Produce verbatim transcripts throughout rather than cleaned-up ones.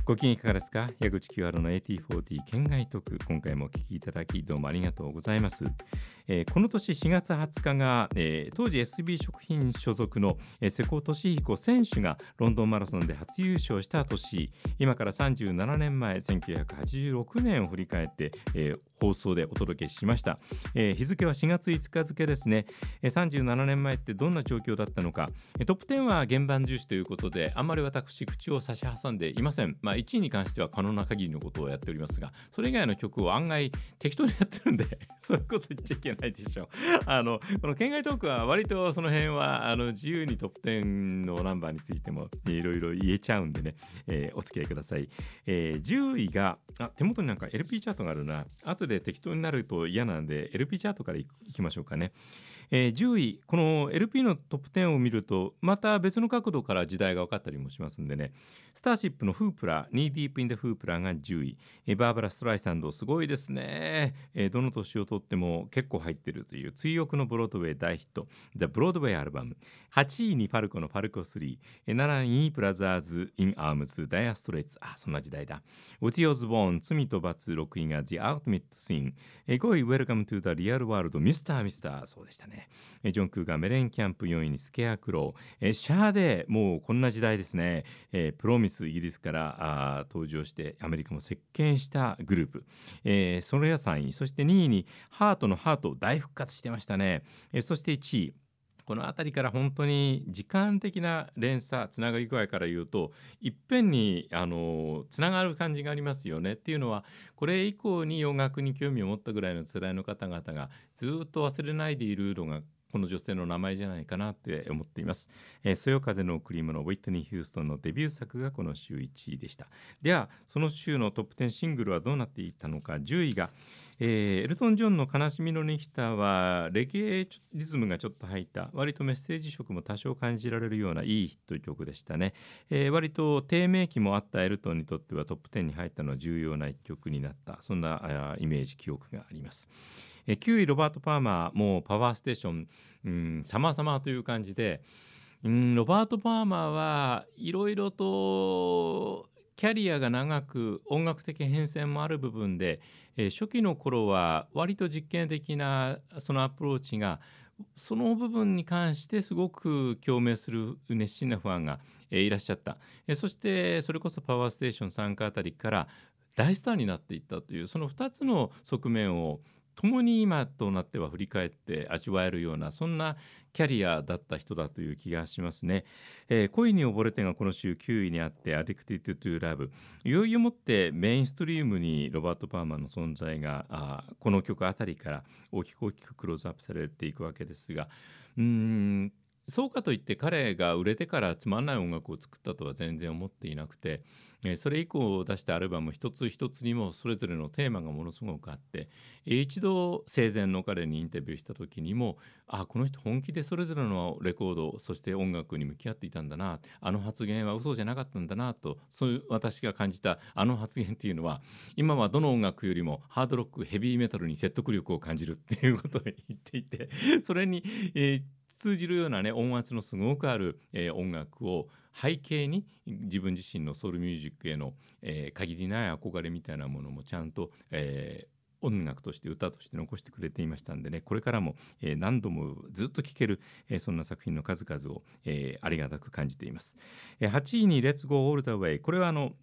ご機嫌いかがですか？矢口清春の エーティーフォーティー 県外特、今回もお聞きいただきどうもありがとうございます。えーこの年しがつはつかが、えー当時 エスビー 食品所属の、えー瀬古利彦選手がロンドンマラソンで初優勝した年、今からさんじゅうななねんまえせんきゅうひゃくはちじゅうろくねんを振り返って、えー放送でお届けしました。えー日付はしがついつか付ですね。えーさんじゅうななねんまえってどんな状況だったのか、えートップじゅうは原版重視ということで、あんまり私口を差し挟んでいません。まあいちいに関しては可能な限りのことをやっておりますが、それ以外の曲を案外適当にやってるんでそういうこと言っちゃいけないでしょう。あのこの県外トークは割とその辺はあの自由にトップじゅうのナンバーについてもいろいろ言えちゃうんでね、えーお付き合いください。えーじゅういがあ手元になんか エルピー チャートがあるな。後で適当になると嫌なんで エルピー チャートからいいきましょうかね。えーじゅうい、この エルピー のトップじゅうを見るとまた別の角度から時代が分かったりもしますんでね。スターシップのフープラ、ニーディープインダフープラがじゅうい、えーバーバラ・ストライサンドすごいですね、えーどの年をとっても結構入ってるという追憶のブロードウェイ大ヒット The Broadway アルバム。はちいにファルコのファルコスリー、えーなないにブラザーズ・イン・アームズ、ダイアストレイツ、あそんな時代だ。ウジ・オズボーン、罪と罰、ろくいが The Ultimate Sin、えーごい Welcome to the Real World、ミスターミスター、そうでしたね。えージョン・クーがメレンキャンプ、よんいにスケアクロー、えーシャーデー、もうこんな時代ですね。えープロミス、イギリスからあー登場してアメリカも席巻したグループ、えーそれがさんい、そしてにいにハートのハート大復活してましたね。えーそしていちい、この辺りから本当に時間的な連鎖つながり具合から言うといっぺんにあのつながる感じがありますよね。っていうのはこれ以降に洋楽に興味を持ったぐらいの世代の方々がずっと忘れないでいるのがこの女性の名前じゃないかなって思っています。えー、そよ風の贈り物、ウィットニー・ヒューストンのデビュー作がこの週いちいでした。ではその週のトップじゅうシングルはどうなっていったのか。じゅういがえーエルトン・ジョンの悲しみのネキタはレゲエリズムがちょっと入った割とメッセージ色も多少感じられるようないいヒット曲でしたね。えー割と低迷期もあったエルトンにとってはトップじゅうに入ったのは重要な一曲になった、そんなあーイメージ記憶があります。えーきゅういロバート・パーマー、もうパワーステーション、うん、様々という感じで、うん、ロバート・パーマーはいろいろとキャリアが長く音楽的変遷もある部分で、えー初期の頃は割と実験的なそのアプローチがその部分に関してすごく共鳴する熱心なファンが、えーいらっしゃった。えーそしてそれこそパワーステーション参加あたりから大スターになっていったというそのふたつの側面を共に今となっては振り返って味わえるようなそんなキャリアだった人だという気がしますね。えー恋に溺れてがこの週きゅういにあって Addicted to Love、 いよいよもってメインストリームにロバート・パーマンの存在があーこの曲あたりから大きく大きくクローズアップされていくわけですが、うーんそうかといって彼が売れてからつまんない音楽を作ったとは全然思っていなくて、えーそれ以降出したアルバム一つ一つにもそれぞれのテーマがものすごくあって、えー一度生前の彼にインタビューした時にも、あこの人本気でそれぞれのレコードそして音楽に向き合っていたんだな、あの発言は嘘じゃなかったんだなと、そういう私が感じたあの発言っていうのは今はどの音楽よりもハードロックヘビーメタルに説得力を感じるっていうことを言っていて、それに、えー通じるようなね音圧のすごくある、えー音楽を背景に自分自身のソウルミュージックへの、えー限りない憧れみたいなものもちゃんと、えー音楽として歌として残してくれていましたんでね、これからも、えー何度もずっと聴ける、えーそんな作品の数々を、えーありがたく感じています。えーはちいに Let's Go All the Way、 これはあの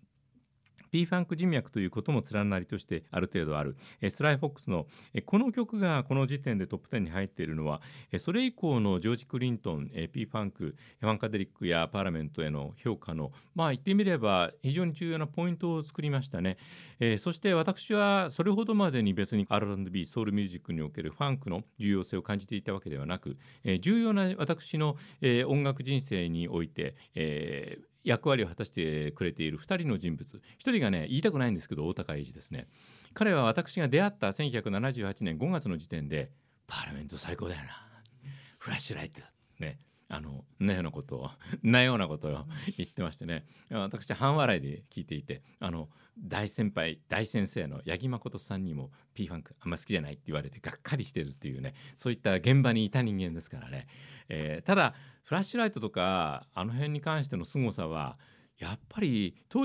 P ファンク人脈ということも連なりとしてある程度ある、えースライフォックスの、えーこの曲がこの時点でトップじゅうに入っているのは、えーそれ以降のジョージ・クリントン、えー P ファンク、ファンカデリックやパーラメントへの評価のまあ言ってみれば非常に重要なポイントを作りましたね。えーそして私はそれほどまでに別に アールアンドビー ソウルミュージックにおけるファンクの重要性を感じていたわけではなく、えー重要な私の、えー音楽人生において、えー役割を果たしてくれているふたりの人物、ひとりがね言いたくないんですけど大高英二ですね。彼は私が出会ったせんきゅうひゃくななじゅうはちねんごがつの時点でパーラメント最高だよな、フラッシュライトね、あのなようなことをなようなことを言ってましてね、私半笑いで聞いていて、あの大先輩大先生の八木誠さんにも P ファンクあんま好きじゃないって言われてがっかりしてるっていうね、そういった現場にいた人間ですからね、えーただフラッシュライトとかあの辺に関しての凄さはやっぱり当時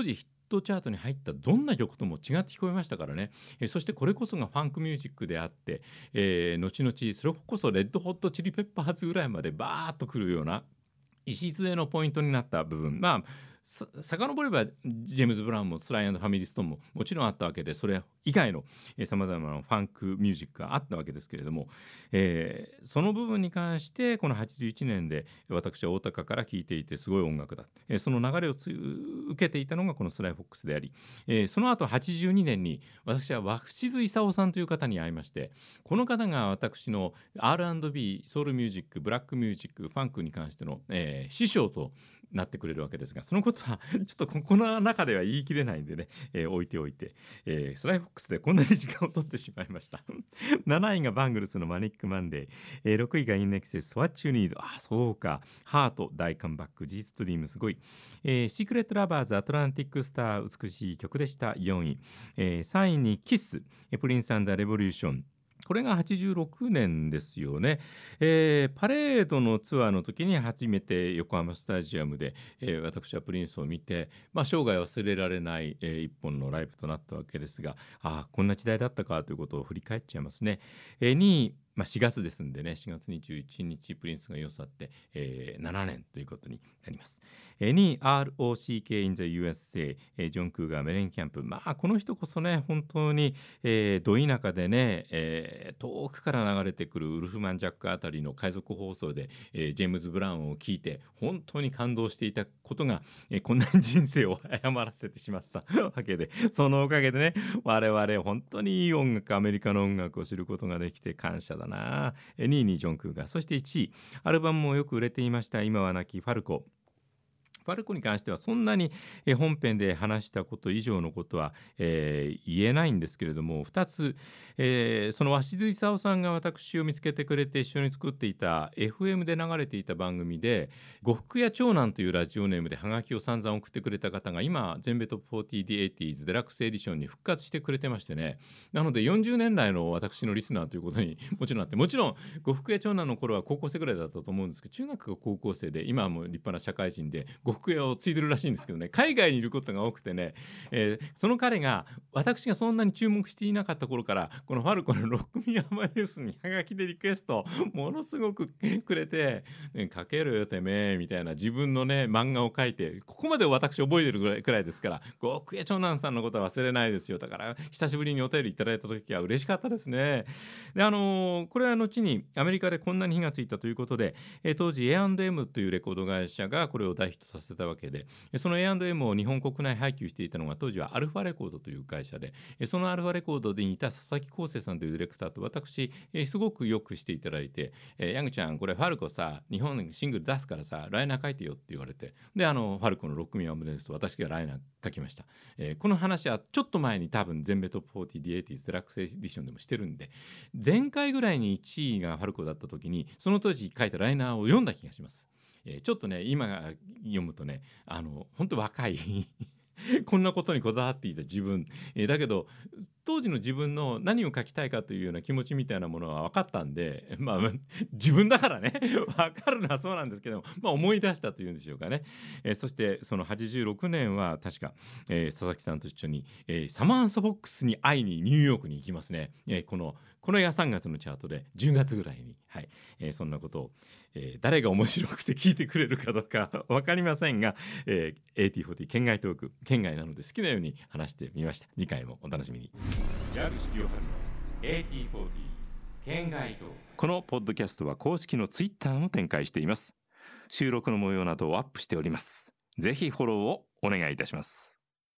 トチャートに入ったどんな曲とも違って聞こえましたからね、えーそしてこれこそがファンクミュージックであって、えー後々それこそレッドホットチリペッパーズぐらいまでバーッとくるような礎のポイントになった部分、まあさ遡ればジェームズ・ブラウンもスライ&ファミリー・ストーンももちろんあったわけで、それ以外のさまざまなファンクミュージックがあったわけですけれども、えーその部分に関してこのはちじゅういちねんで私は大高から聴いていてすごい音楽だ、えーその流れをつ受けていたのがこのスライ・フォックスであり、えーその後はちじゅうにねんに私は鷲津勲さんという方に会いまして、この方が私の アールアンドビー ソウルミュージック、ブラックミュージック、ファンクに関しての、えー師匠となってくれるわけですが、そのことはちょっとこの中では言い切れないんでね、えー置いておいて、えースライフォックスでこんなに時間を取ってしまいましたなないがバングルスのマニックマンデー、えーろくいがインネクセス What You Need、 あそうか、ハート大カムバック、ジーストリームすごい、えーシークレットラバーズアトランティックスター美しい曲でした。よんい、えーさんいにキス、プリンス&レボリューション、これがはちじゅうろくねんですよね、えーパレードのツアーの時に初めて横浜スタジアムで、えー私はプリンスを見て、まあ、生涯忘れられない、えー一本のライブとなったわけですが、ああこんな時代だったかということを振り返っちゃいますね。えーにい、まあ、しがつですんでね、しがつにじゅういちにちプリンスが世去って、えーななねんということになります。えーにい アールオーシーケー in the ユーエスエー、えージョン・クーガー、メレン・キャンプ、まあこの人こそね本当に、えー、ど田舎でね、えー遠くから流れてくるウルフマン・ジャックあたりの海賊放送で、えージェームズ・ブラウンを聞いて本当に感動していたことが、えーこんなに人生を誤らせてしまったわけで、そのおかげでね我々本当にいい音楽、アメリカの音楽を知ることができて感謝だな。えーにいにジョン・クーガー、そしていちい、アルバムもよく売れていました今は亡きファルコ。ファルコに関してはそんなにえー本編で話したこと以上のことは、えー言えないんですけれども、ふたつ、えーその鷲津勲さんが私を見つけてくれて一緒に作っていた エフエム で流れていた番組で、呉服屋長男というラジオネームでハガキを散々送ってくれた方が今全米トップフォーティーディーエイティーズデラックスエディションに復活してくれてましてね、なのでよんじゅうねん来の私のリスナーということにもちろんあって、もちろん呉服屋長男の頃は高校生ぐらいだったと思うんですけど、中学か高校生で今はもう立派な社会人で呉服屋を継いでるらしいんですけどね、海外にいることが多くてね、えーその彼が私がそんなに注目していなかった頃からこのファルコのロックミアマニュースにハガキでリクエストものすごくくれて、ね、書けるよてめえみたいな自分のね漫画を書いて、ここまで私覚えてるぐらいくらいですから、呉服屋長男さんのことは忘れないですよ。だから久しぶりにお便りいただいた時は嬉しかったですね。で、あのーこれは後にアメリカでこんなに火がついたということで、えー当時 エーアンドエム というレコード会社がこれを大ヒットさせたわけで、その エーアンドエム を日本国内配給していたのが当時はアルファレコードという会社で、そのアルファレコードでいた佐々木康生さんというディレクターと私すごくよくしていただいて、ヤングちゃんこれファルコさ日本にシングル出すからさライナー書いてよって言われて、であのファルコのロックミアムですと私がライナー書きました。えーこの話はちょっと前に多分全米トップフォーティーディーエイティーズデラックスエディションでもしてるんで、前回ぐらいにいちいがファルコだった時にその当時書いたライナーを読んだ気がします。えーちょっとね今読むとねあの本当若いこんなことにこだわっていた自分、えーだけど当時の自分の何を書きたいかというような気持ちみたいなものは分かったんで、まあ自分だからね分かるのはそうなんですけども、まあ、思い出したというんでしょうかね。えーそしてそのはちじゅうろくねんは確か、えー佐々木さんと一緒に、えーサマンサフォックスに会いにニューヨークに行きますね。えーこのこれがさんがつのチャートでじゅうがつぐらいに、はいえーそんなことを、えー誰が面白くて聞いてくれるかどうか分かりませんが、えー、エーティーフォーティー 県外トーク、県外なので好きなように話してみました。次回もお楽しみに。矢口清春の エーティーフォーティー 県外トーク。このポッドキャストは公式のツイッターも展開しています。収録の模様などをアップしております。ぜひフォローをお願いいたします。